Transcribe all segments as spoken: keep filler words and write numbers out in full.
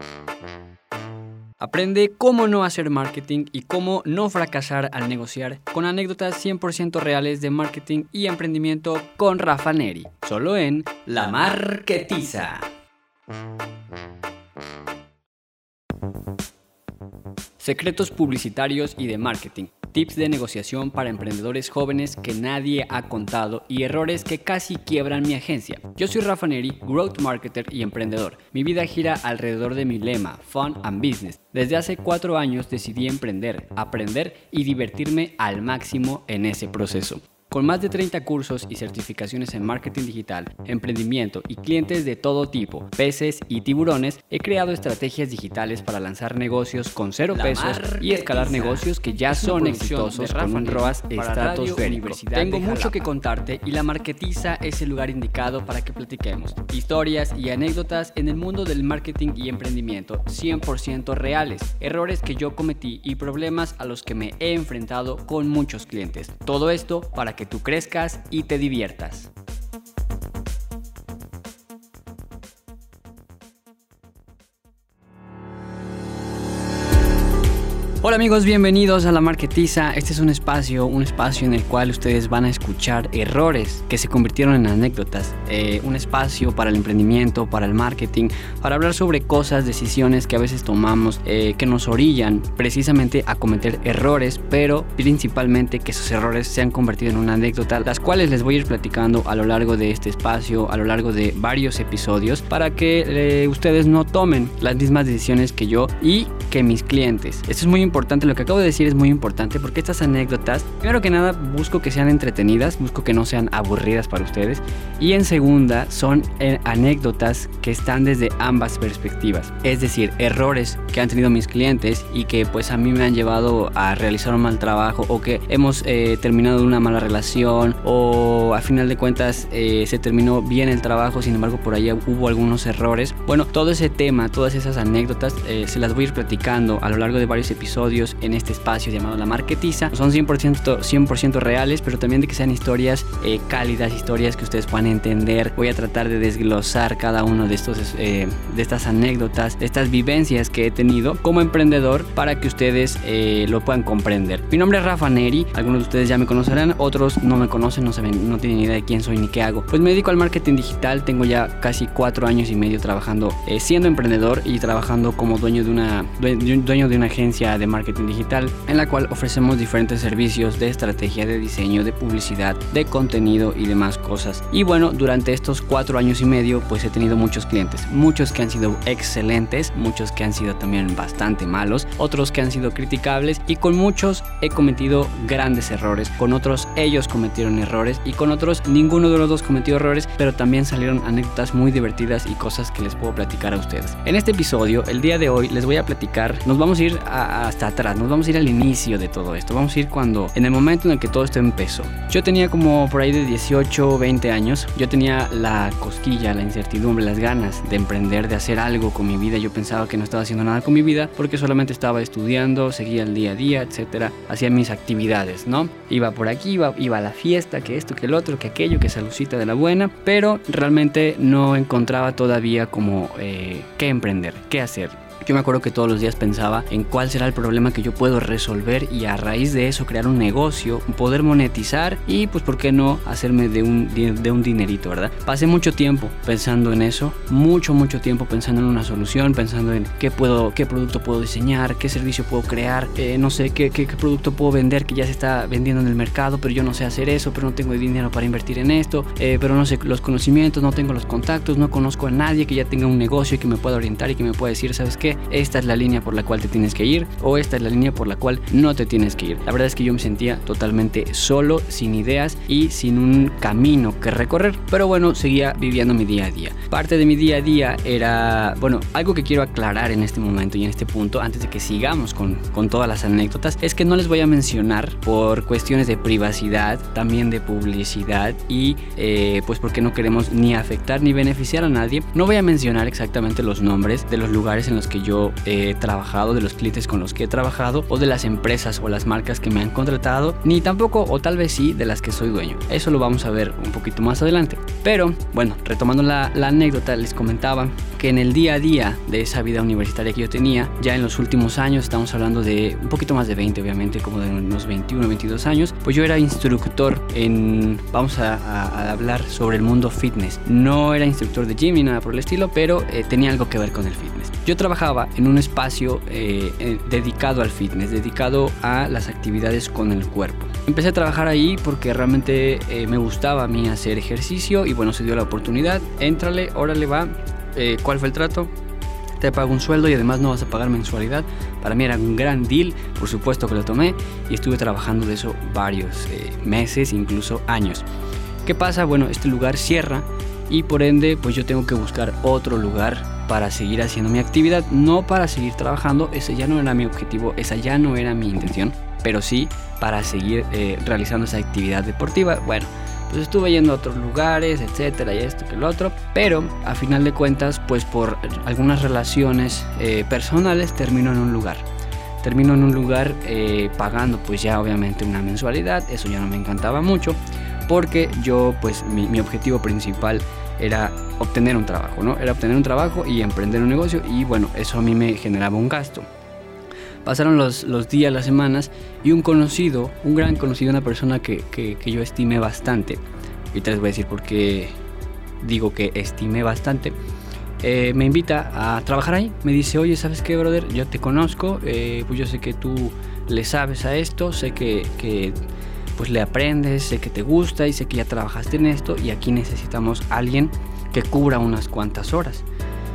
Aprende cómo no hacer marketing y cómo no fracasar al negociar con anécdotas cien por ciento reales de marketing y emprendimiento con Rafa Neri, solo en La Marketiza. Secretos publicitarios y de marketing, tips de negociación para emprendedores jóvenes que nadie ha contado y errores que casi quiebran mi agencia. Yo soy Rafa Neri, growth marketer y emprendedor. Mi vida gira alrededor de mi lema, Fun and Business. Desde hace cuatro años decidí emprender, aprender y divertirme al máximo en ese proceso. Con más de treinta cursos y certificaciones en marketing digital, emprendimiento y clientes de todo tipo, peces y tiburones, he creado estrategias digitales para lanzar negocios con cero pesos y escalar negocios que ya son exitosos con un R O A S estratosférico. Tengo mucho que contarte y La Marketiza es el lugar indicado para que platiquemos. Historias y anécdotas en el mundo del marketing y emprendimiento cien por ciento reales, errores que yo cometí y problemas a los que me he enfrentado con muchos clientes. Todo esto para que que tú crezcas y te diviertas. Hola amigos, bienvenidos a La Marketiza. Este es un espacio, un espacio en el cual ustedes van a escuchar errores que se convirtieron en anécdotas. Eh, un espacio para el emprendimiento, para el marketing, para hablar sobre cosas, decisiones que a veces tomamos eh, que nos orillan precisamente a cometer errores, pero principalmente que esos errores se han convertido en una anécdota, las cuales les voy a ir platicando a lo largo de este espacio, a lo largo de varios episodios, para que eh, ustedes no tomen las mismas decisiones que yo y que mis clientes. Esto es muy importante. Importante, lo que acabo de decir es muy importante porque estas anécdotas, primero que nada, busco que sean entretenidas, busco que no sean aburridas para ustedes, y en segunda, son eh, anécdotas que están desde ambas perspectivas, es decir, errores que han tenido mis clientes y que pues a mí me han llevado a realizar un mal trabajo, o que hemos eh, terminado una mala relación, o a final de cuentas eh, se terminó bien el trabajo, sin embargo por ahí hubo algunos errores. Bueno, todo ese tema, todas esas anécdotas eh, se las voy a ir platicando a lo largo de varios episodios en este espacio llamado La Marketiza. Son cien por ciento, cien por ciento reales, pero también de que sean historias eh, cálidas, historias que ustedes puedan entender. Voy a tratar de desglosar cada uno de estos eh, de estas anécdotas, de estas vivencias que he tenido como emprendedor para que ustedes eh, lo puedan comprender. Mi nombre es Rafa Neri, algunos de ustedes ya me conocerán, otros no me conocen, no saben, no tienen ni idea de quién soy ni qué hago. Pues me dedico al marketing digital, tengo ya casi cuatro años y medio trabajando, eh, siendo emprendedor y trabajando como dueño de una dueño de una agencia de marketing digital, en la cual ofrecemos diferentes servicios de estrategia, de diseño, de publicidad, de contenido y demás cosas. Y bueno, durante estos cuatro años y medio pues he tenido muchos clientes, muchos que han sido excelentes, muchos que han sido también bastante malos, otros que han sido criticables, y con muchos he cometido grandes errores, con otros ellos cometieron errores y con otros ninguno de los dos cometió errores, pero también salieron anécdotas muy divertidas y cosas que les puedo platicar a ustedes. En este episodio, el día de hoy, les voy a platicar, nos vamos a ir a, hasta atrás, nos vamos a ir al inicio de todo esto, vamos a ir cuando, en el momento en el que todo esto empezó. Yo tenía como por ahí de dieciocho, veinte años, yo tenía la cosquilla, la incertidumbre, las ganas de emprender, de hacer algo con mi vida. Yo pensaba que no estaba haciendo nada con mi vida porque solamente estaba estudiando, seguía el día a día, etcétera, hacía mis actividades, ¿no? Iba por aquí, iba, iba a la fiesta, que esto, que el otro, que aquello, que salucita de la buena, pero realmente no encontraba todavía como eh, qué emprender, qué hacer. Yo me acuerdo que todos los días pensaba en cuál será el problema que yo puedo resolver y a raíz de eso crear un negocio, poder monetizar y pues por qué no hacerme de un, de un dinerito, ¿verdad? Pasé mucho tiempo pensando en eso, mucho mucho tiempo pensando en una solución, pensando en qué puedo, qué producto puedo diseñar, qué servicio puedo crear, eh, no sé qué, qué, qué producto puedo vender que ya se está vendiendo en el mercado, pero yo no sé hacer eso, pero no tengo dinero para invertir en esto, eh, pero no sé los conocimientos, no tengo los contactos, no conozco a nadie que ya tenga un negocio y que me pueda orientar y que me pueda decir, ¿sabes qué? Esta es la línea por la cual te tienes que ir, o esta es la línea por la cual no te tienes que ir. La verdad es que yo me sentía totalmente solo, sin ideas y sin un camino que recorrer, pero bueno, seguía viviendo mi día a día. Parte de mi día a día era, bueno, algo que quiero aclarar en este momento y en este punto, antes de que sigamos con, con todas las anécdotas, es que no les voy a mencionar por cuestiones de privacidad, también de publicidad y eh, pues porque no queremos ni afectar ni beneficiar a nadie. No voy a mencionar exactamente los nombres de los lugares en los que que yo he trabajado, de los clientes con los que he trabajado, o de las empresas o las marcas que me han contratado, ni tampoco, o tal vez sí, de las que soy dueño. Eso lo vamos a ver un poquito más adelante. Pero bueno, retomando la, la anécdota, les comentaba que en el día a día de esa vida universitaria que yo tenía, ya en los últimos años, estamos hablando de un poquito más de veinte, obviamente, como de unos veintiuno, veintidós años, pues yo era instructor en, vamos a, a, a hablar sobre el mundo fitness. No era instructor de gym ni nada por el estilo, pero eh, tenía algo que ver con el fitness. Yo trabajaba en un espacio eh, eh, dedicado al fitness, dedicado a las actividades con el cuerpo. Empecé a trabajar ahí porque realmente eh, me gustaba a mí hacer ejercicio y bueno, se dio la oportunidad. Éntrale, órale, va. Eh, ¿Cuál fue el trato? Te pago un sueldo y además no vas a pagar mensualidad. Para mí era un gran deal, por supuesto que lo tomé y estuve trabajando de eso varios eh, meses, incluso años. ¿Qué pasa? Bueno, este lugar cierra y por ende pues yo tengo que buscar otro lugar para seguir haciendo mi actividad, no para seguir trabajando. Ese ya no era mi objetivo, esa ya no era mi intención, pero sí para seguir eh, realizando esa actividad deportiva. Bueno, pues estuve yendo a otros lugares, etcétera, y esto que lo otro, pero a final de cuentas, pues por algunas relaciones eh, personales termino en un lugar. Termino en un lugar eh, pagando pues ya obviamente una mensualidad. Eso ya no me encantaba mucho, porque yo pues mi, mi objetivo principal era obtener un trabajo, ¿no? Era obtener un trabajo y emprender un negocio, y bueno, eso a mí me generaba un gasto. Pasaron los, los días, las semanas, y un conocido, un gran conocido, una persona que, que, que yo estimé bastante, y te les voy a decir por qué digo que estimé bastante, eh, me invita a trabajar ahí. Me dice, oye, ¿sabes qué, brother? Yo te conozco, eh, pues yo sé que tú le sabes a esto, sé que, que pues le aprendes, sé que te gusta y sé que ya trabajaste en esto, y aquí necesitamos a alguien que cubra unas cuantas horas.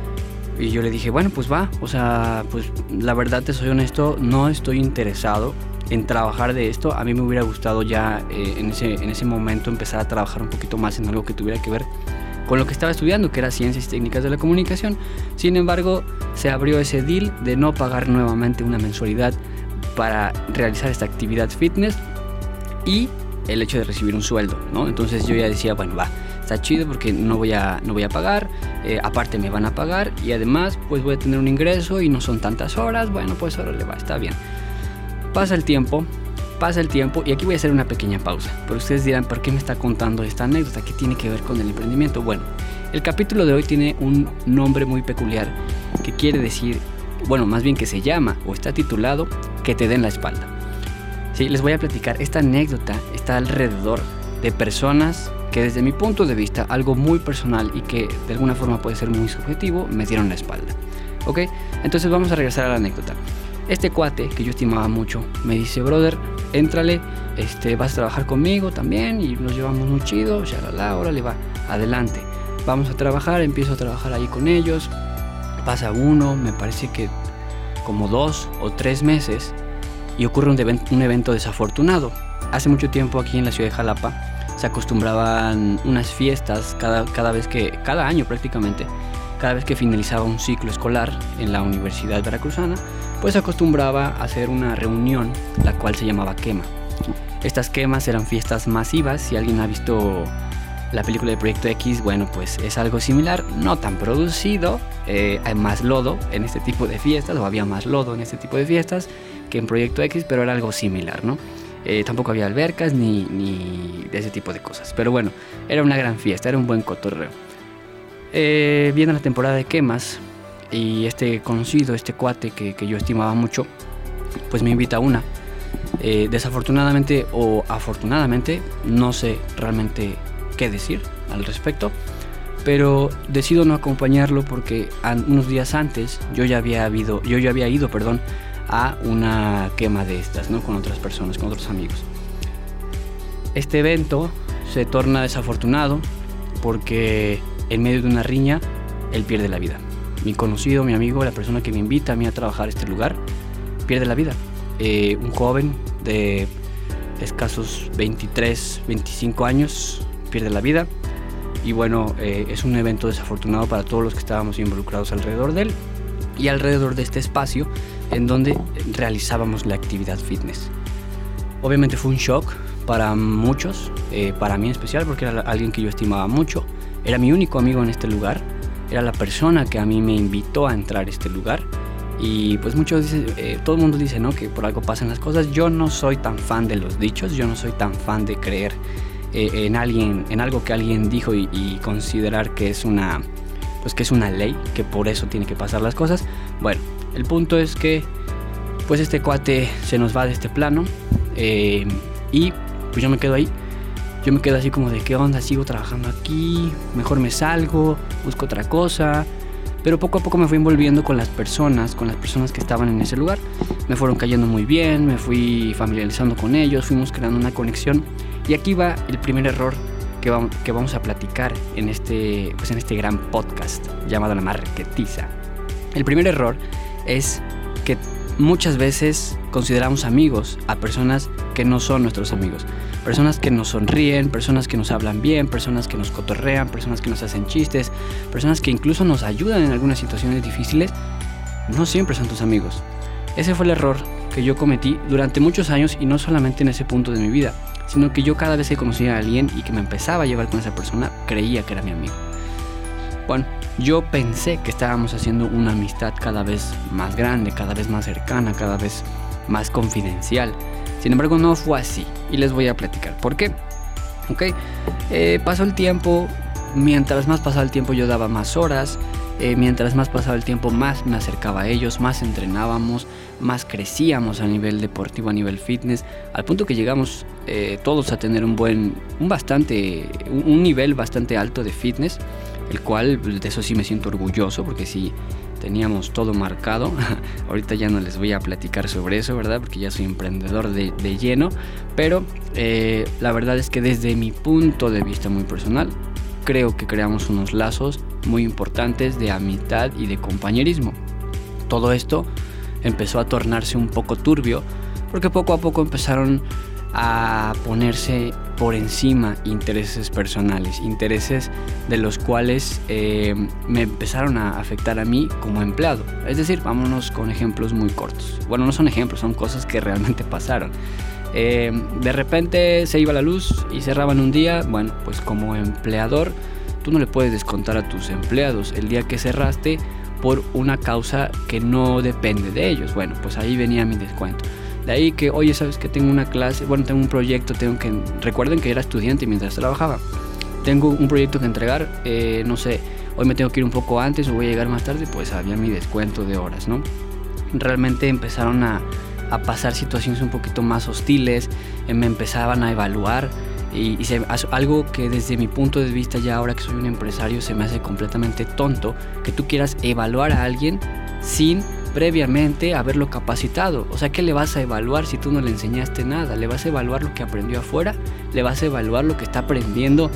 Y yo le dije, bueno, pues va, o sea, pues la verdad te soy honesto, no estoy interesado en trabajar de esto. A mí me hubiera gustado ya eh, en, ese, en ese momento empezar a trabajar un poquito más en algo que tuviera que ver con lo que estaba estudiando, que era Ciencias y Técnicas de la Comunicación. Sin embargo, se abrió ese deal de no pagar nuevamente una mensualidad para realizar esta actividad fitness y el hecho de recibir un sueldo, ¿no? Entonces yo ya decía, bueno, va, está chido porque no voy a, no voy a pagar, eh, aparte me van a pagar y además pues voy a tener un ingreso y no son tantas horas. Bueno, pues ahora le va, está bien. Pasa el tiempo, pasa el tiempo y aquí voy a hacer una pequeña pausa. Pero ustedes dirán, ¿por qué me está contando esta anécdota? ¿Qué tiene que ver con el emprendimiento? Bueno, el capítulo de hoy tiene un nombre muy peculiar que quiere decir, bueno, más bien que se llama o está titulado Que te den la espalda. Sí, les voy a platicar. Esta anécdota está alrededor de personas que desde mi punto de vista, algo muy personal y que de alguna forma puede ser muy subjetivo, me dieron la espalda. ¿Ok? Entonces vamos a regresar a la anécdota. Este cuate que yo estimaba mucho me dice, brother, éntrale, este, vas a trabajar conmigo también y nos llevamos muy chido, shalala, órale, va, adelante. Vamos a trabajar, empiezo a trabajar ahí con ellos. Pasa uno, me parece que como dos o tres meses y ocurre un, event- un evento desafortunado. Hace mucho tiempo aquí en la ciudad de Jalapa se acostumbraban unas fiestas cada, cada vez que, cada año prácticamente, cada vez que finalizaba un ciclo escolar en la Universidad Veracruzana, pues se acostumbraba a hacer una reunión, la cual se llamaba quema. Estas quemas eran fiestas masivas. Si alguien ha visto la película de Proyecto X, bueno, pues es algo similar, no tan producido, eh, hay más lodo en este tipo de fiestas, o había más lodo en este tipo de fiestas que en Proyecto X, pero era algo similar, ¿no? Eh, tampoco había albercas ni, ni de ese tipo de cosas. Pero bueno, era una gran fiesta, era un buen cotorreo. Eh, viene la temporada de quemas y este conocido, este cuate que, que yo estimaba mucho, pues me invita a una. Eh, desafortunadamente o afortunadamente, no sé realmente qué decir al respecto, pero decido no acompañarlo porque an, unos días antes yo ya había, habido, yo ya había ido, perdón, a una quema de estas, ¿no? Con otras personas, con otros amigos. Este evento se torna desafortunado porque en medio de una riña él pierde la vida. Mi conocido, mi amigo, la persona que me invita a mí a trabajar a este lugar, pierde la vida. Eh, un joven de escasos veintitrés, veinticinco años pierde la vida. Y bueno, eh, es un evento desafortunado para todos los que estábamos involucrados alrededor de él y alrededor de este espacio en donde realizábamos la actividad fitness. Obviamente fue un shock para muchos, eh, para mí en especial, porque era alguien que yo estimaba mucho, era mi único amigo en este lugar, era la persona que a mí me invitó a entrar a este lugar Y pues muchos dicen, eh, todo el mundo dice, ¿no?, que por algo pasan las cosas. Yo no soy tan fan de los dichos, yo no soy tan fan de creer eh, en alguien, en algo que alguien dijo y, y considerar que es una, pues que es una ley, que por eso tiene que pasar las cosas. Bueno, el punto es que pues este cuate se nos va de este plano eh, y pues yo me quedo ahí. Yo me quedo así como de, ¿qué onda? Sigo trabajando aquí, mejor me salgo, busco otra cosa. Pero poco a poco me fui envolviendo con las personas, con las personas que estaban en ese lugar. Me fueron cayendo muy bien, me fui familiarizando con ellos, fuimos creando una conexión. Y aquí va el primer error que vamos, que vamos a platicar en este, pues en este gran podcast llamado La Marketiza. El primer error es que muchas veces consideramos amigos a personas que no son nuestros amigos. Personas que nos sonríen, personas que nos hablan bien, personas que nos cotorrean, personas que nos hacen chistes, personas que incluso nos ayudan en algunas situaciones difíciles, no siempre son tus amigos. Ese fue el error que yo cometí durante muchos años, y no solamente en ese punto de mi vida, sino que yo cada vez que conocía a alguien y que me empezaba a llevar con esa persona, creía que era mi amigo. Bueno, yo pensé que estábamos haciendo una amistad cada vez más grande, cada vez más cercana, cada vez más confidencial. Sin embargo, no fue así, y les voy a platicar por qué. Ok, eh, pasó el tiempo, mientras más pasaba el tiempo yo daba más horas, eh, mientras más pasaba el tiempo más me acercaba a ellos, más entrenábamos, más crecíamos a nivel deportivo, a nivel fitness, al punto que llegamos eh, todos a tener un buen, un bastante, un, un nivel bastante alto de fitness, el cual de eso sí me siento orgulloso, porque sí teníamos todo marcado. Ahorita ya no les voy a platicar sobre eso, ¿verdad? Porque ya soy emprendedor de, de lleno. Pero eh, la verdad es que desde mi punto de vista muy personal, creo que creamos unos lazos muy importantes de amistad y de compañerismo. Todo esto empezó a tornarse un poco turbio, porque poco a poco empezaron a ponerse por encima intereses personales, intereses de los cuales eh, me empezaron a afectar a mí como empleado. Es decir, vámonos con ejemplos muy cortos. Bueno, no son ejemplos, son cosas que realmente pasaron. Eh, de repente se iba la luz y cerraban un día. Bueno, pues como empleador, tú no le puedes descontar a tus empleados el día que cerraste por una causa que no depende de ellos. Bueno, pues ahí venía mi descuento. De ahí que, oye, ¿sabes que tengo una clase? Bueno, tengo un proyecto, tengo que... Recuerden que era estudiante mientras trabajaba. Tengo un proyecto que entregar, eh, no sé, hoy me tengo que ir un poco antes o voy a llegar más tarde, pues había mi descuento de horas, ¿no? Realmente empezaron a, a pasar situaciones un poquito más hostiles, eh, me empezaban a evaluar y, y se, algo que desde mi punto de vista ya ahora que soy un empresario se me hace completamente tonto, que tú quieras evaluar a alguien sin previamente haberlo capacitado. O sea, ¿qué le vas a evaluar si tú no le enseñaste nada? ¿Le vas a evaluar lo que aprendió afuera? ¿Le vas a evaluar lo que está aprendiendo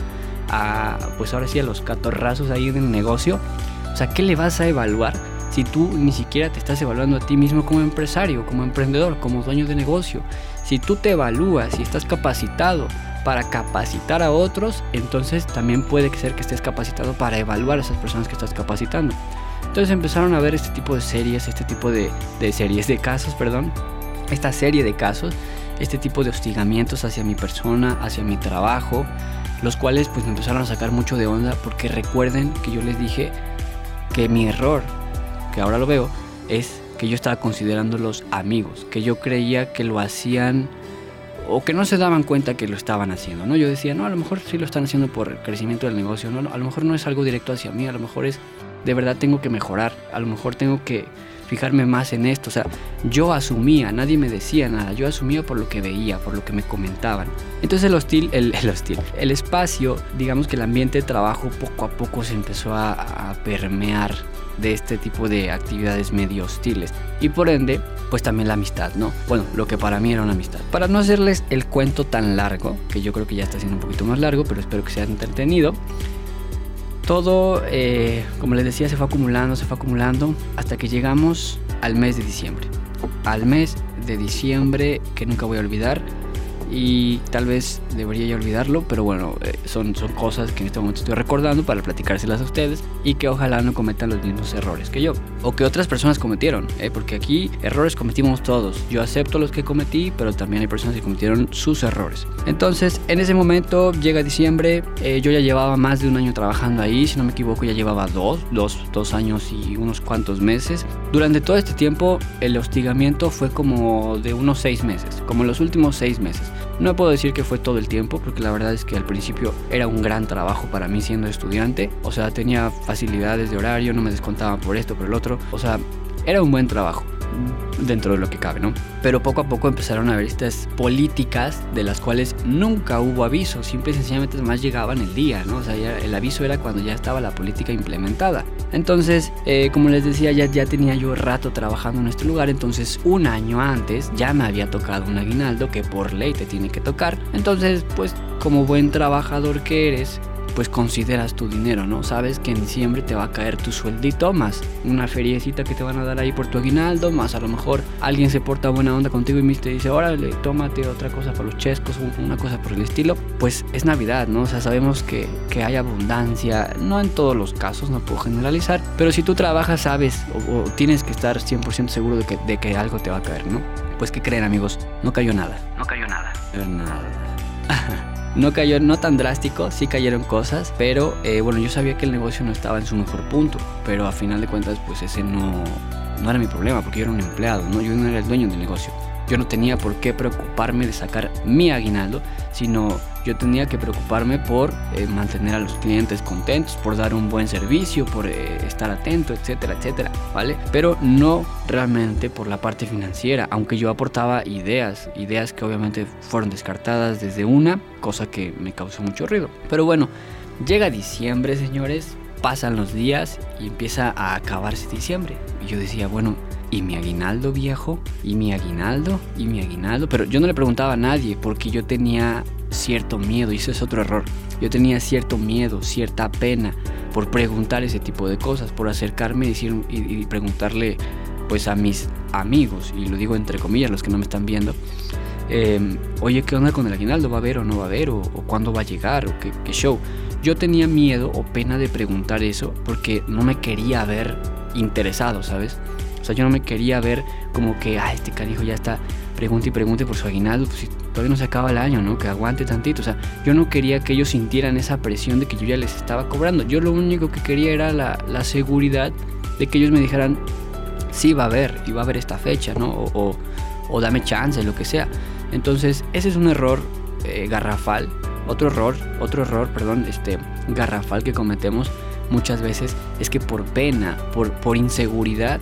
a, pues ahora sí, a los catorrazos ahí en el negocio? O sea, ¿qué le vas a evaluar si tú ni siquiera te estás evaluando a ti mismo como empresario, como emprendedor, como dueño de negocio? Si tú te evalúas y estás capacitado para capacitar a otros, entonces también puede ser que estés capacitado para evaluar a esas personas que estás capacitando. Entonces empezaron a ver este tipo de series, este tipo de, de series de casos, perdón, esta serie de casos, este tipo de hostigamientos hacia mi persona, hacia mi trabajo, los cuales pues me empezaron a sacar mucho de onda, porque recuerden que yo les dije que mi error, que ahora lo veo, es que yo estaba considerándolos amigos, que yo creía que lo hacían o que no se daban cuenta que lo estaban haciendo, ¿no? Yo decía, no, a lo mejor sí lo están haciendo por el crecimiento del negocio, no, a lo mejor no es algo directo hacia mí, a lo mejor es de verdad tengo que mejorar, a lo mejor tengo que fijarme más en esto. O sea, yo asumía, nadie me decía nada, yo asumía por lo que veía, por lo que me comentaban. Entonces el hostil, el, el hostil, el espacio, digamos que el ambiente de trabajo poco a poco se empezó a, a permear de este tipo de actividades medio hostiles, y por ende pues también la amistad, ¿no? Bueno, lo que para mí era una amistad. Para no hacerles el cuento tan largo, que yo creo que ya está siendo un poquito más largo, pero espero que sea entretenido, todo, eh, como les decía, se fue acumulando, se fue acumulando hasta que llegamos al mes de diciembre. Al mes de diciembre que nunca voy a olvidar. y tal vez debería ya olvidarlo, pero bueno, eh, son, son cosas que en este momento estoy recordando para platicárselas a ustedes y que ojalá no cometan los mismos errores que yo o que otras personas cometieron, eh, porque aquí errores cometimos todos. Yo acepto los que cometí, pero también hay personas que cometieron sus errores. Entonces, en ese momento llega diciembre, eh, yo ya llevaba más de un año trabajando ahí, si no me equivoco ya llevaba dos, dos, dos años y unos cuantos meses. Durante todo este tiempo el hostigamiento fue como de unos seis meses, como los últimos seis meses. No puedo decir que fue todo el tiempo, porque la verdad es que al principio era un gran trabajo para mí siendo estudiante. O sea, tenía facilidades de horario, no me descontaban por esto, por el otro. O sea, era un buen trabajo dentro de lo que cabe, ¿no? Pero poco a poco empezaron a haber estas políticas de las cuales nunca hubo aviso, simple y sencillamente más llegaban el día, ¿no? O sea, ya el aviso era cuando ya estaba la política implementada. Entonces, eh, como les decía, ya, ya tenía yo rato trabajando en este lugar, entonces un año antes ya me había tocado un aguinaldo que por ley te tiene que tocar. Entonces, pues como buen trabajador que eres, pues consideras tu dinero, ¿no? Sabes que en diciembre te va a caer tu sueldito, más una feriecita que te van a dar ahí por tu aguinaldo, más a lo mejor alguien se porta buena onda contigo y te dice, órale, tómate otra cosa para los chescos, una cosa por el estilo. Pues es Navidad, ¿no? O sea, sabemos que, que hay abundancia, no en todos los casos, no puedo generalizar, pero si tú trabajas sabes o, o tienes que estar cien por ciento seguro de que, de que algo te va a caer, ¿no? Pues ¿qué creen, amigos? No cayó nada. No cayó nada. Nada. No cayó, no tan drástico, sí cayeron cosas, pero eh, bueno, yo sabía que el negocio no estaba en su mejor punto, pero a final de cuentas pues ese no, no era mi problema, porque yo era un empleado, ¿no? Yo no era el dueño del negocio. Yo no tenía por qué preocuparme de sacar mi aguinaldo, sino yo tenía que preocuparme por eh, mantener a los clientes contentos, por dar un buen servicio, por eh, estar atento, etcétera, etcétera, ¿vale? Pero no realmente por la parte financiera, aunque yo aportaba ideas, ideas que obviamente fueron descartadas desde una, cosa que me causó mucho ruido. Pero bueno, llega diciembre, señores, pasan los días y empieza a acabarse diciembre. Y yo decía, bueno, ¿y mi aguinaldo, viejo? ¿Y mi aguinaldo? ¿Y mi aguinaldo? Pero yo no le preguntaba a nadie porque yo tenía cierto miedo, y eso es otro error. Yo tenía cierto miedo, cierta pena por preguntar ese tipo de cosas, por acercarme y, decir, y, y preguntarle pues a mis amigos, y lo digo entre comillas, los que no me están viendo, eh, oye, ¿qué onda con el aguinaldo? ¿Va a haber o no va a haber? ¿O, o cuándo va a llegar? ¿O qué, qué show? Yo tenía miedo o pena de preguntar eso porque no me quería ver interesado, ¿sabes? O sea, yo no me quería ver como que, ah, este canijo ya está, pregunte y pregunte por su aguinaldo, pues si todavía no se acaba el año, ¿no? Que aguante tantito. O sea, yo no quería que ellos sintieran esa presión de que yo ya les estaba cobrando. Yo lo único que quería era la, la seguridad de que ellos me dijeran, sí, va a haber, y va a haber esta fecha, ¿no? O, o, o dame chance, lo que sea. Entonces, ese es un error eh, garrafal. Otro error, otro error, perdón, este, garrafal que cometemos muchas veces es que por pena, por, por inseguridad,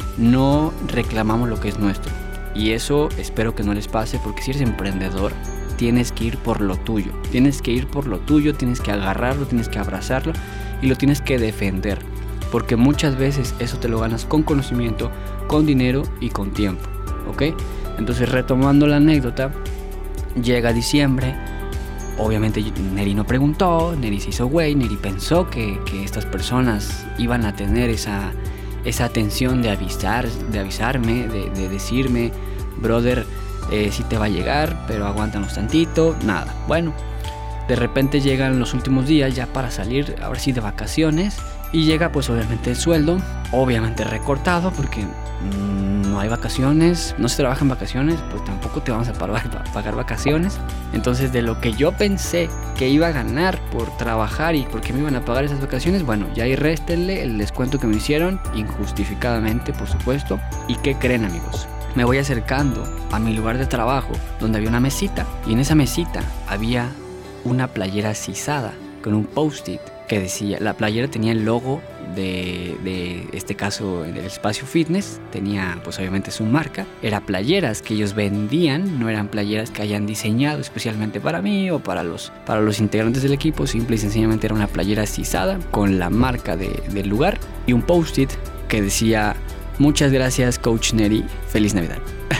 no reclamamos lo que es nuestro. Y eso espero que no les pase, porque si eres emprendedor tienes que ir por lo tuyo. Tienes que ir por lo tuyo, tienes que agarrarlo, tienes que abrazarlo y lo tienes que defender. Porque muchas veces eso te lo ganas con conocimiento, con dinero y con tiempo, ¿ok? Entonces, retomando la anécdota, llega diciembre. Obviamente Neri no preguntó, Neri se hizo güey, Neri pensó que, que estas personas iban a tener esa... esa atención de avisar, de avisarme, de, de decirme, brother, eh, sí te va a llegar, pero aguántanos tantito, nada. Bueno, de repente llegan los últimos días ya para salir, ahora sí, de vacaciones, y llega pues obviamente el sueldo, obviamente recortado, porque mmm, no hay vacaciones, no se trabaja en vacaciones, pues tampoco te vamos a pagar, pagar vacaciones. Entonces, de lo que yo pensé que iba a ganar por trabajar y porque me iban a pagar esas vacaciones, bueno, ya ahí réstenle el descuento que me hicieron, injustificadamente, por supuesto. ¿Y qué creen, amigos? Me voy acercando a mi lugar de trabajo, donde había una mesita, y en esa mesita había una playera sisada con un post-it que decía, la playera tenía el logo de, de este caso, del espacio fitness, tenía pues obviamente su marca, era playeras que ellos vendían, no eran playeras que hayan diseñado especialmente para mí o para los, para los integrantes del equipo, simple y sencillamente era una playera sisada con la marca de, del lugar y un post-it que decía, muchas gracias Coach Neri, feliz Navidad.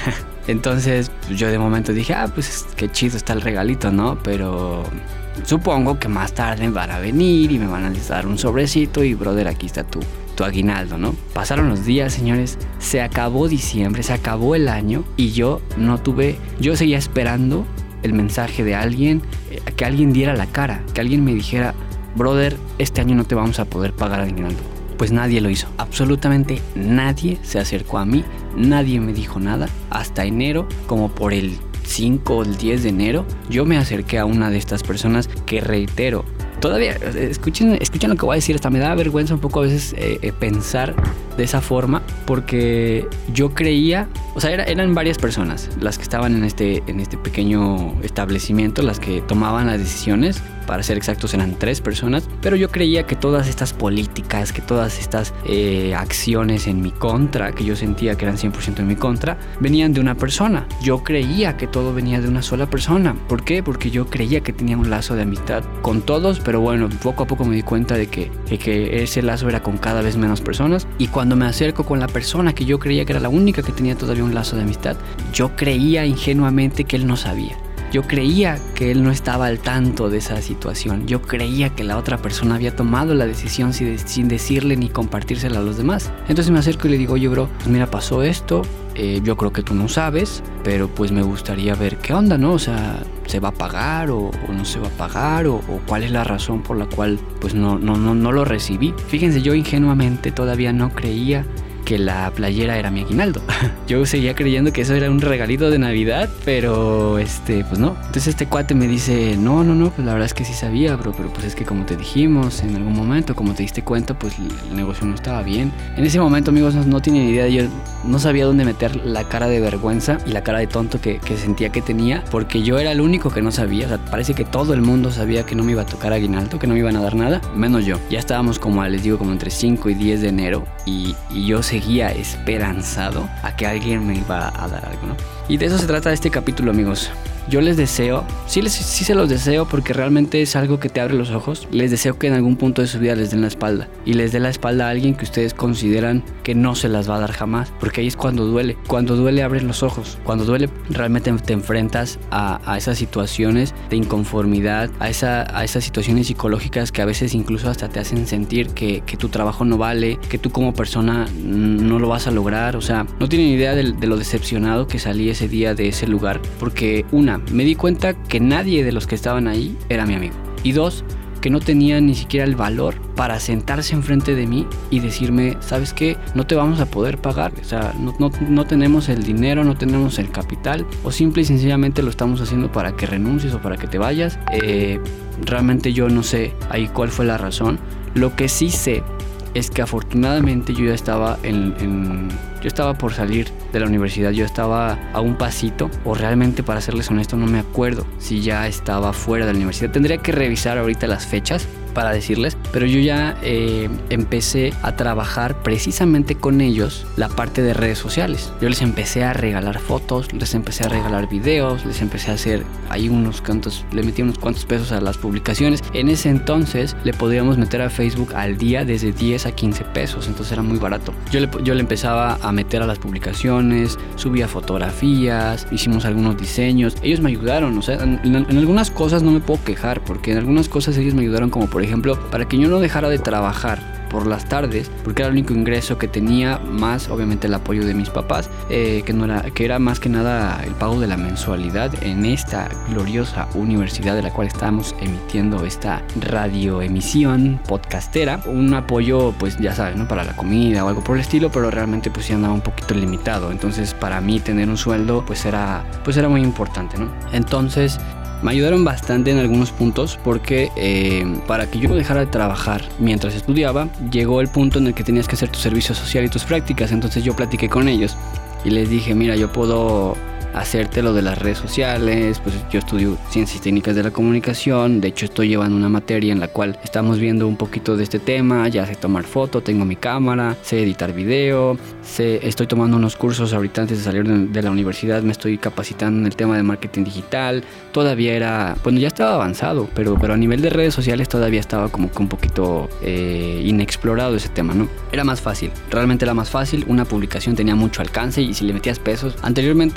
Entonces yo de momento dije, ah, pues qué chido está el regalito, ¿no? Pero supongo que más tarde van a venir y me van a dar un sobrecito y brother, aquí está tu, tu aguinaldo, ¿no? Pasaron los días, señores, se acabó diciembre, se acabó el año y yo no tuve, yo seguía esperando el mensaje de alguien, eh, que alguien diera la cara, que alguien me dijera, brother, este año no te vamos a poder pagar aguinaldo. Pues nadie lo hizo, absolutamente nadie se acercó a mí, nadie me dijo nada. Hasta enero, como por el cinco o el diez de enero, yo me acerqué a una de estas personas que, reitero, todavía, escuchen, escuchen lo que voy a decir, hasta me da vergüenza un poco a veces eh, eh, pensar de esa forma, porque yo creía, o sea, era, eran varias personas las que estaban en este, en este pequeño establecimiento, las que tomaban las decisiones. Para ser exactos, eran tres personas, pero yo creía que todas estas políticas, que todas estas eh, acciones en mi contra, que yo sentía que eran cien por ciento en mi contra, venían de una persona. Yo creía que todo venía de una sola persona. ¿Por qué? Porque yo creía que tenía un lazo de amistad con todos, pero bueno, poco a poco me di cuenta de que, de que ese lazo era con cada vez menos personas. Y cuando me acerco con la persona que yo creía que era la única que tenía todavía un lazo de amistad, yo creía ingenuamente que él no sabía. Yo creía que él no estaba al tanto de esa situación. Yo creía que la otra persona había tomado la decisión sin, sin decirle ni compartírsela a los demás. Entonces me acerco y le digo, oye bro, pues mira, pasó esto. Eh, yo creo que tú no sabes, pero pues me gustaría ver qué onda, ¿no? O sea, ¿se va a pagar o, o no se va a pagar? O, o cuál es la razón por la cual pues no, no, no, no lo recibí. Fíjense, yo ingenuamente todavía no creía que la playera era mi aguinaldo. Yo seguía creyendo que eso era un regalito de Navidad, pero este, pues no. Entonces este cuate me dice, no, no, no, pues la verdad es que sí sabía, bro, pero pues es que como te dijimos en algún momento, como te diste cuenta, pues el negocio no estaba bien. En ese momento, amigos, no, no tienen idea, yo no sabía dónde meter la cara de vergüenza y la cara de tonto que, que sentía que tenía, porque yo era el único que no sabía. O sea, parece que todo el mundo sabía que no me iba a tocar aguinaldo, que no me iban a dar nada, menos yo. Ya estábamos como, les digo, como entre cinco y diez de enero y, y yo seguía esperanzado a que alguien me iba a dar algo, ¿no? Y de eso se trata este capítulo, amigos. Yo les deseo, sí, les, sí se los deseo porque realmente es algo que te abre los ojos. Les deseo que en algún punto de su vida les den la espalda y les dé la espalda a alguien que ustedes consideran que no se las va a dar jamás, porque ahí es cuando duele. Cuando duele abres los ojos. Cuando duele realmente te enfrentas a, a esas situaciones de inconformidad, a, esa, a esas situaciones psicológicas que a veces incluso hasta te hacen sentir que, que tu trabajo no vale, que tú como persona no lo vas a lograr. O sea, no tienen idea de, de lo decepcionado que salí ese día de ese lugar, porque una, me di cuenta que nadie de los que estaban ahí era mi amigo. Y dos, que no tenían ni siquiera el valor para sentarse enfrente de mí y decirme, ¿sabes qué? No te vamos a poder pagar. O sea, no, no, no tenemos el dinero, no tenemos el capital, o simple y sencillamente lo estamos haciendo para que renuncies o para que te vayas. Eh, realmente yo no sé ahí cuál fue la razón. Lo que sí sé es que afortunadamente yo ya estaba en, en yo estaba por salir de la universidad, yo estaba a un pasito, o realmente, para serles honesto, no me acuerdo si ya estaba fuera de la universidad. Tendría que revisar ahorita las fechas para decirles, pero yo ya eh, empecé a trabajar precisamente con ellos la parte de redes sociales. Yo les empecé a regalar fotos, les empecé a regalar videos, les empecé a hacer ahí unos cuantos, le metí unos cuantos pesos a las publicaciones. En ese entonces le podíamos meter a Facebook al día desde diez a quince pesos, entonces era muy barato. Yo le, yo le empezaba a meter a las publicaciones, subía fotografías, hicimos algunos diseños. Ellos me ayudaron, o sea, en, en, en algunas cosas no me puedo quejar, porque en algunas cosas ellos me ayudaron, como por ejemplo, para que yo no dejara de trabajar por las tardes, porque era el único ingreso que tenía, más obviamente el apoyo de mis papás, eh, que, no era, que era más que nada el pago de la mensualidad en esta gloriosa universidad de la cual estamos emitiendo esta radioemisión podcastera. Un apoyo, pues ya sabes, ¿no? Para la comida o algo por el estilo, pero realmente pues sí andaba un poquito limitado. Entonces para mí tener un sueldo pues era, pues era muy importante, ¿no? Entonces me ayudaron bastante en algunos puntos, porque eh, para que yo no dejara de trabajar mientras estudiaba, llegó el punto en el que tenías que hacer tu servicio social y tus prácticas. Entonces yo platiqué con ellos y les dije, mira, yo puedo hacerte lo de las redes sociales, pues yo estudio Ciencias Técnicas de la Comunicación, de hecho estoy llevando una materia en la cual estamos viendo un poquito de este tema, ya sé tomar foto, tengo mi cámara, sé editar video, sé, estoy tomando unos cursos ahorita antes de salir de, de la universidad, me estoy capacitando en el tema de marketing digital. Todavía era, bueno, ya estaba avanzado, pero, pero a nivel de redes sociales todavía estaba como que un poquito eh, inexplorado ese tema, ¿no? Era más fácil, realmente era más fácil, una publicación tenía mucho alcance y si le metías pesos, anteriormente con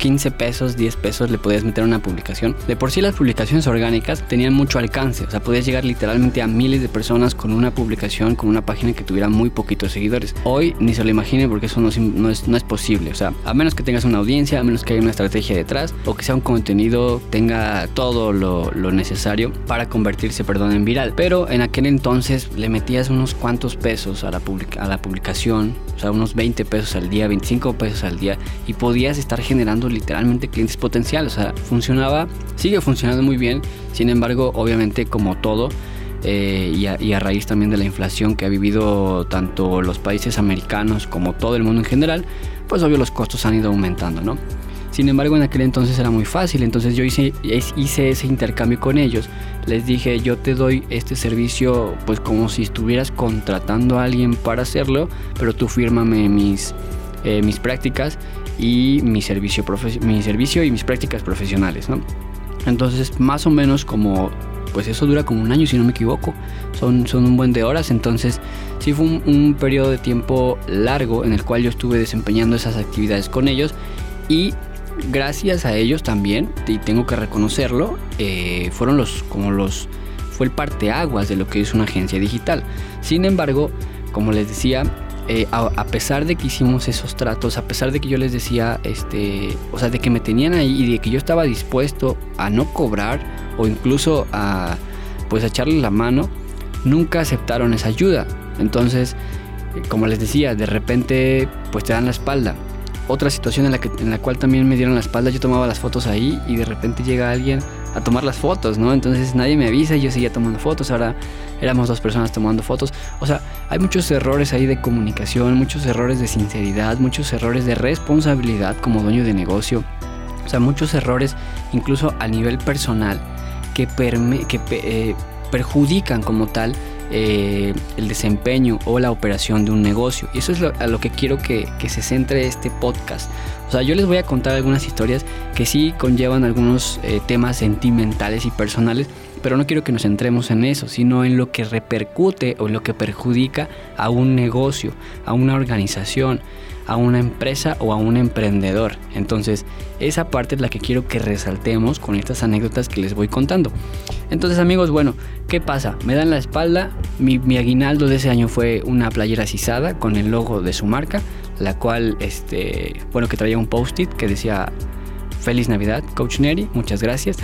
quince pesos, diez pesos le podías meter una publicación. De por sí las publicaciones orgánicas tenían mucho alcance, o sea, podías llegar literalmente a miles de personas con una publicación, con una página que tuviera muy poquitos seguidores. Hoy ni se lo imagine porque eso no es, no es, no es posible, o sea, a menos que tengas una audiencia, a menos que haya una estrategia detrás o que sea un contenido, tenga todo lo, lo necesario para convertirse, perdón, en viral. Pero en aquel entonces le metías unos cuantos pesos a la, publica, a la publicación, o sea, unos veinte pesos al día, veinticinco pesos al día, y podías estar generando literalmente clientes potenciales. O sea, funcionaba, sigue funcionando muy bien. Sin embargo, obviamente, como todo, eh, y, a, y a raíz también de la inflación que ha vivido tanto los países americanos como todo el mundo en general, pues obvio los costos han ido aumentando, ¿no? Sin embargo, en aquel entonces era muy fácil, entonces yo hice, hice ese intercambio con ellos. Les dije, yo te doy este servicio pues como si estuvieras contratando a alguien para hacerlo, pero tú fírmame mis, eh, mis prácticas y mi servicio, profe- mi servicio y mis prácticas profesionales, ¿no? Entonces, más o menos como, pues eso dura como un año si no me equivoco, son, son un buen de horas, entonces sí fue un, un periodo de tiempo largo en el cual yo estuve desempeñando esas actividades con ellos, y gracias a ellos también, y tengo que reconocerlo, eh, fueron los, como los, fue el parteaguas de lo que es una agencia digital. Sin embargo, como les decía, eh, a, a pesar de que hicimos esos tratos, a pesar de que yo les decía, este, o sea, de que me tenían ahí y de que yo estaba dispuesto a no cobrar o incluso a, pues, a echarles la mano, nunca aceptaron esa ayuda. Entonces, eh, como les decía, de repente, pues te dan la espalda. Otra situación en la, que, en la cual también me dieron la espalda, yo tomaba las fotos ahí y de repente llega alguien a tomar las fotos, ¿no? Entonces nadie me avisa y yo seguía tomando fotos, ahora éramos dos personas tomando fotos. O sea, hay muchos errores ahí de comunicación, muchos errores de sinceridad, muchos errores de responsabilidad como dueño de negocio. O sea, muchos errores incluso a nivel personal que, perme- que eh, perjudican como tal Eh, el desempeño o la operación de un negocio. Y eso es lo, a lo que quiero que, que se centre este podcast. O sea, yo les voy a contar algunas historias que sí conllevan algunos eh, temas sentimentales y personales, pero no quiero que nos centremos en eso, sino en lo que repercute o en lo que perjudica a un negocio, a una organización, a una empresa o a un emprendedor. Entonces, esa parte es la que quiero que resaltemos con estas anécdotas que les voy contando. Entonces, amigos, bueno, ¿qué pasa? Me dan la espalda. Mi, mi aguinaldo de ese año fue una playera sisada con el logo de su marca, la cual, este, bueno, que traía un post-it que decía Feliz Navidad, Coach Neri, muchas gracias.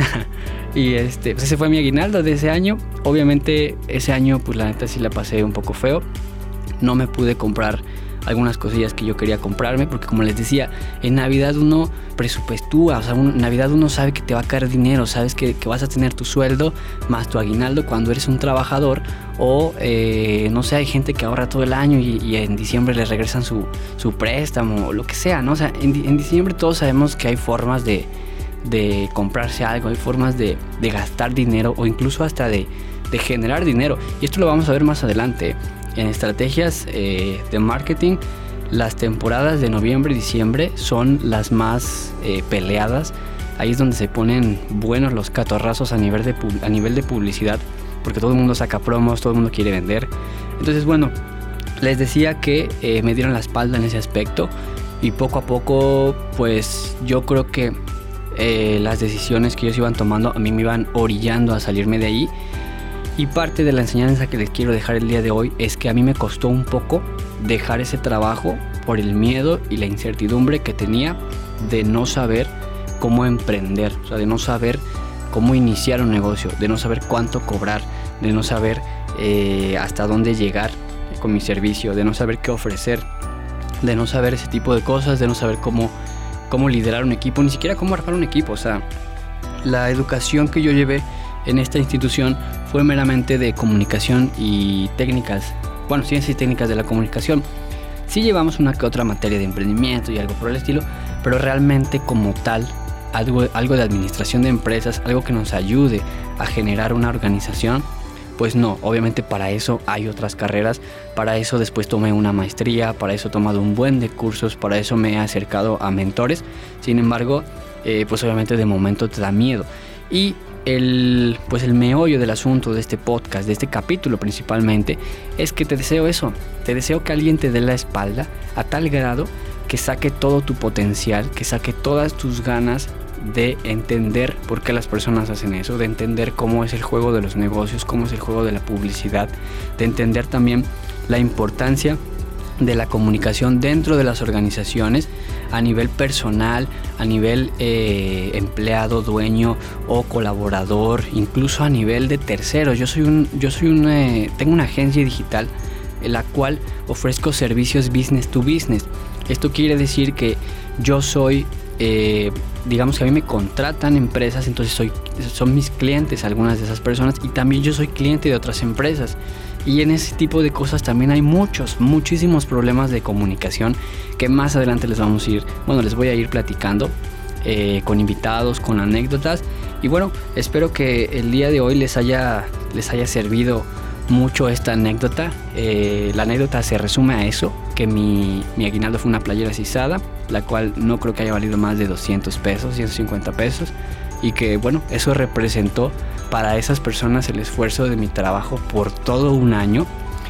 Y este, pues ese fue mi aguinaldo de ese año. Obviamente, ese año, pues la neta sí la pasé un poco feo. No me pude comprar algunas cosillas que yo quería comprarme, porque como les decía, en Navidad uno presupuestúa, o sea, en Navidad uno sabe que te va a caer dinero, sabes que, que vas a tener tu sueldo más tu aguinaldo cuando eres un trabajador, o eh, no sé, hay gente que ahorra todo el año y, y en diciembre les regresan su, su préstamo o lo que sea, ¿no? O sea, en, en diciembre todos sabemos que hay formas de, de comprarse algo, hay formas de, de gastar dinero o incluso hasta de, de generar dinero, y esto lo vamos a ver más adelante. En estrategias eh, de marketing, las temporadas de noviembre y diciembre son las más eh, peleadas. Ahí es donde se ponen buenos los catorrazos a nivel de, a nivel de publicidad, porque todo el mundo saca promos, todo el mundo quiere vender. Entonces, bueno, les decía que eh, me dieron la espalda en ese aspecto, y poco a poco, pues yo creo que eh, las decisiones que ellos iban tomando a mí me iban orillando a salirme de ahí. Y parte de la enseñanza que les quiero dejar el día de hoy es que a mí me costó un poco dejar ese trabajo por el miedo y la incertidumbre que tenía de no saber cómo emprender, o sea, de no saber cómo iniciar un negocio, de no saber cuánto cobrar, de no saber eh, hasta dónde llegar con mi servicio, de no saber qué ofrecer, de no saber ese tipo de cosas, de no saber cómo, cómo liderar un equipo, ni siquiera cómo armar un equipo. O sea, la educación que yo llevé en esta institución fue meramente de comunicación y técnicas, bueno, ciencias y técnicas de la comunicación. Sí llevamos una que otra materia de emprendimiento y algo por el estilo, pero realmente como tal, algo, algo de administración de empresas, algo que nos ayude a generar una organización, pues no. Obviamente para eso hay otras carreras, para eso después tomé una maestría, para eso he tomado un buen de cursos, para eso me he acercado a mentores. Sin embargo, eh, pues obviamente de momento te da miedo. Y El, pues el meollo del asunto de este podcast, de este capítulo principalmente, es que te deseo eso, te deseo que alguien te dé la espalda a tal grado que saque todo tu potencial, que saque todas tus ganas de entender por qué las personas hacen eso, de entender cómo es el juego de los negocios, cómo es el juego de la publicidad, de entender también la importancia de la comunicación dentro de las organizaciones a nivel personal, a nivel eh, empleado, dueño o colaborador, incluso a nivel de terceros. Yo soy un, yo soy un, eh, tengo una agencia digital en la cual ofrezco servicios business to business. Esto quiere decir que yo soy, eh, digamos que a mí me contratan empresas, entonces soy, son mis clientes algunas de esas personas, y también yo soy cliente de otras empresas. Y en ese tipo de cosas también hay muchos, muchísimos problemas de comunicación que más adelante les vamos a ir, bueno, les voy a ir platicando eh, con invitados, con anécdotas. Y bueno, espero que el día de hoy les haya, les haya servido mucho esta anécdota. Eh, la anécdota se resume a eso, que mi, mi aguinaldo fue una playera sisada, la cual no creo que haya valido más de doscientos pesos, ciento cincuenta pesos, y que bueno, eso representó para esas personas el esfuerzo de mi trabajo por todo un año,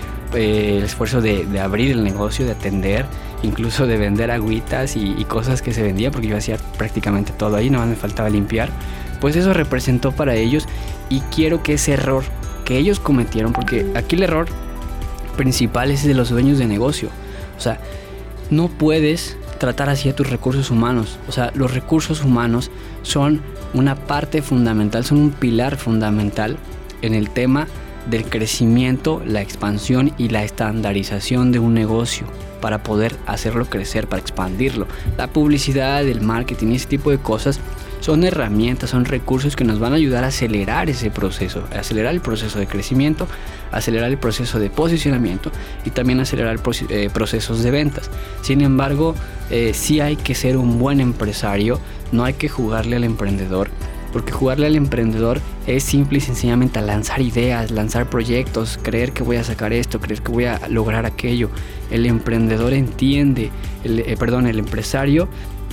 eh, el esfuerzo de, de abrir el negocio, de atender, incluso de vender agüitas y, y cosas que se vendían, porque yo hacía prácticamente todo ahí, nada más me faltaba limpiar. Pues eso representó para ellos, y quiero que ese error que ellos cometieron, porque aquí el error principal es de los dueños de negocio, o sea, no puedes tratar así a tus recursos humanos. O sea, los recursos humanos son una parte fundamental, son un pilar fundamental en el tema del crecimiento, la expansión y la estandarización de un negocio para poder hacerlo crecer, para expandirlo. La publicidad, el marketing y ese tipo de cosas son herramientas, son recursos que nos van a ayudar a acelerar ese proceso, a acelerar el proceso de crecimiento, acelerar el proceso de posicionamiento y también acelerar eh, procesos de ventas. Sin embargo, eh, sí hay que ser un buen empresario, no hay que jugarle al emprendedor, porque jugarle al emprendedor es simple y sencillamente lanzar ideas, lanzar proyectos, creer que voy a sacar esto, creer que voy a lograr aquello. El emprendedor entiende, el, eh, perdón, el empresario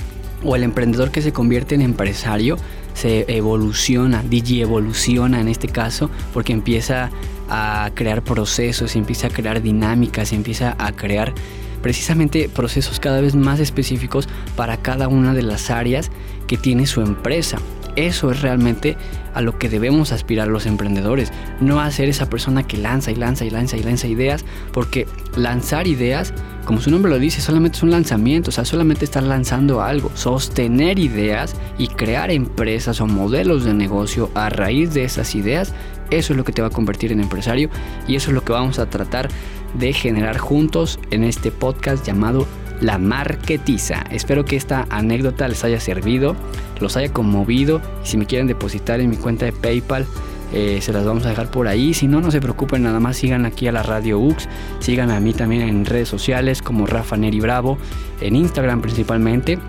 o el emprendedor que se convierte en empresario se evoluciona, digievoluciona en este caso, porque empieza a crear procesos, empieza a crear dinámicas, empieza a crear precisamente procesos cada vez más específicos para cada una de las áreas que tiene su empresa. Eso es realmente a lo que debemos aspirar los emprendedores, no a ser esa persona que lanza y lanza y lanza y lanza ideas, porque lanzar ideas, como su nombre lo dice, solamente es un lanzamiento, o sea, solamente estar lanzando algo. Sostener ideas y crear empresas o modelos de negocio a raíz de esas ideas, eso es lo que te va a convertir en empresario, y eso es lo que vamos a tratar de generar juntos en este podcast llamado La Marketiza. Espero que esta anécdota les haya servido, los haya conmovido, y si me quieren depositar en mi cuenta de PayPal, eh, se las vamos a dejar por ahí. Si no, no se preocupen, nada más sigan aquí a la Radio U X, síganme a mí también en redes sociales como Rafa Neri Bravo, en Instagram principalmente,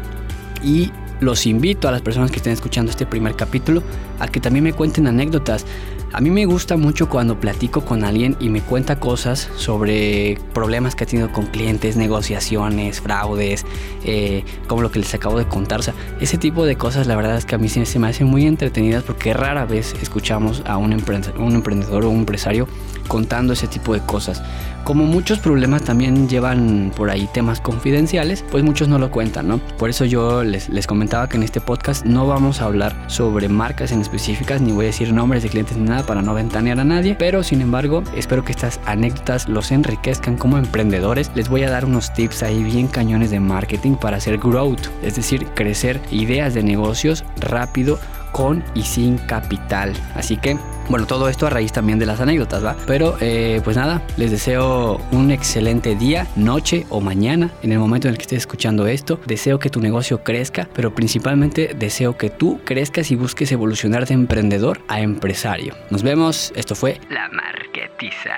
y los invito a las personas que estén escuchando este primer capítulo a que también me cuenten anécdotas. A mí me gusta mucho cuando platico con alguien y me cuenta cosas sobre problemas que ha tenido con clientes, negociaciones, fraudes, eh, como lo que les acabo de contar. O sea, ese tipo de cosas la verdad es que a mí se, se me hacen muy entretenidas, porque rara vez escuchamos a un, emprend- un emprendedor o un empresario contando ese tipo de cosas. Como muchos problemas también llevan por ahí temas confidenciales, pues muchos no lo cuentan, ¿no? Por eso yo les, les comentaba que en este podcast no vamos a hablar sobre marcas en específicas, ni voy a decir nombres de clientes ni nada para no ventanear a nadie, pero sin embargo espero que estas anécdotas los enriquezcan como emprendedores. Les voy a dar unos tips ahí bien cañones de marketing para hacer growth, es decir, crecer ideas de negocios rápido, con y sin capital. Así que, bueno, todo esto a raíz también de las anécdotas, ¿va? Pero, eh, pues nada, les deseo un excelente día, noche o mañana, en el momento en el que estés escuchando esto. Deseo que tu negocio crezca, pero principalmente deseo que tú crezcas y busques evolucionar de emprendedor a empresario. Nos vemos, esto fue La Marketiza.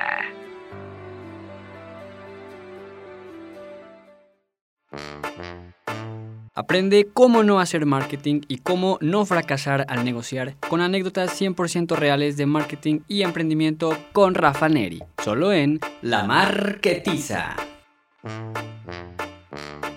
Aprende cómo no hacer marketing y cómo no fracasar al negociar con anécdotas cien por ciento reales de marketing y emprendimiento con Rafa Neri, solo en La Marketiza.